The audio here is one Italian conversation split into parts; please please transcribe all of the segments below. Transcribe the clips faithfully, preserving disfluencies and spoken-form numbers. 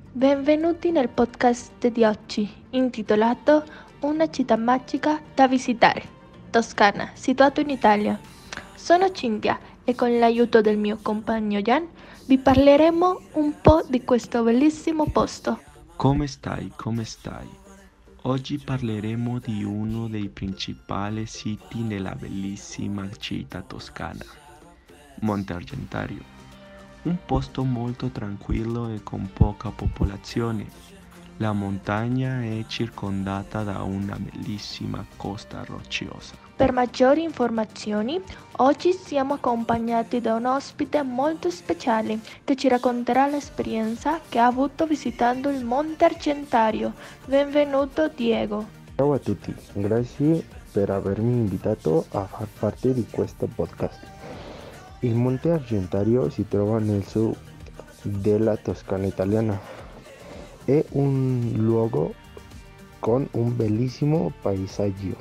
Benvenuti nel podcast di oggi, intitolato Una città magica da visitare, Toscana, situato in Italia. Sono Cinzia e con l'aiuto del mio compagno Jan vi parleremo un po' di questo bellissimo posto. Come stai? Come stai? Oggi parleremo di uno dei principali siti nella bellissima città toscana, Monte Argentario, un posto molto tranquillo e con poca popolazione. La montagna è circondata da una bellissima costa rocciosa. Per maggiori informazioni, oggi siamo accompagnati da un ospite molto speciale che ci racconterà l'esperienza che ha avuto visitando il Monte Argentario. Benvenuto Diego. Ciao a tutti, grazie per avermi invitato a far parte di questo podcast. Il Monte Argentario si trova nel sud della Toscana italiana. È un luogo con un bellissimo paesaggio,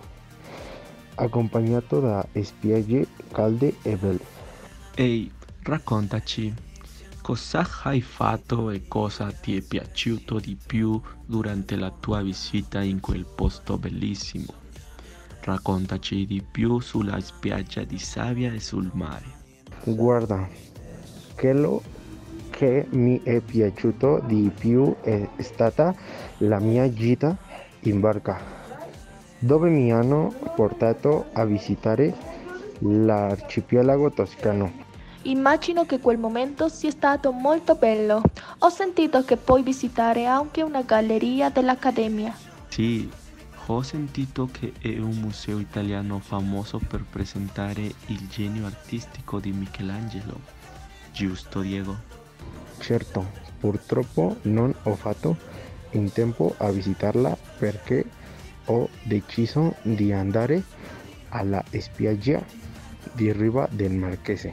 accompagnato da spiagge calde e belle. Ehi, raccontaci, cosa hai fatto e cosa ti è piaciuto di più durante la tua visita in quel posto bellissimo? Raccontaci di più sulla spiaggia di sabbia e sul mare. Guarda, quello che mi è piaciuto di più è stata la mia gita in barca, dove mi hanno portato a visitare l'arcipelago toscano. Immagino che quel momento sia stato molto bello. Ho sentito che puoi visitare anche una galleria dell'Accademia. Sì, ho sentito che è un museo italiano famoso per presentare il genio artistico di Michelangelo. Giusto, Diego? Certo, purtroppo non ho fatto in tempo a visitarla perché ho deciso di andare alla spiaggia di Riva del Marchese,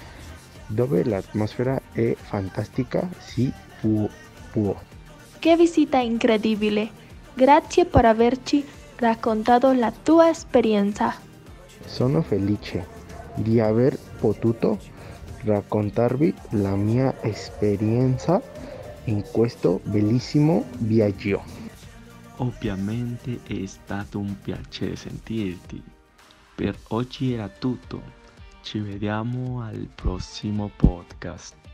dove l'atmosfera è fantastica, si può, può. Che visita incredibile! Grazie per averci raccontato la tua esperienza. Sono felice di aver potuto raccontarvi la mia esperienza in questo bellissimo viaggio. Ovviamente è stato un piacere sentirti. Per oggi era tutto. Ci vediamo al prossimo podcast.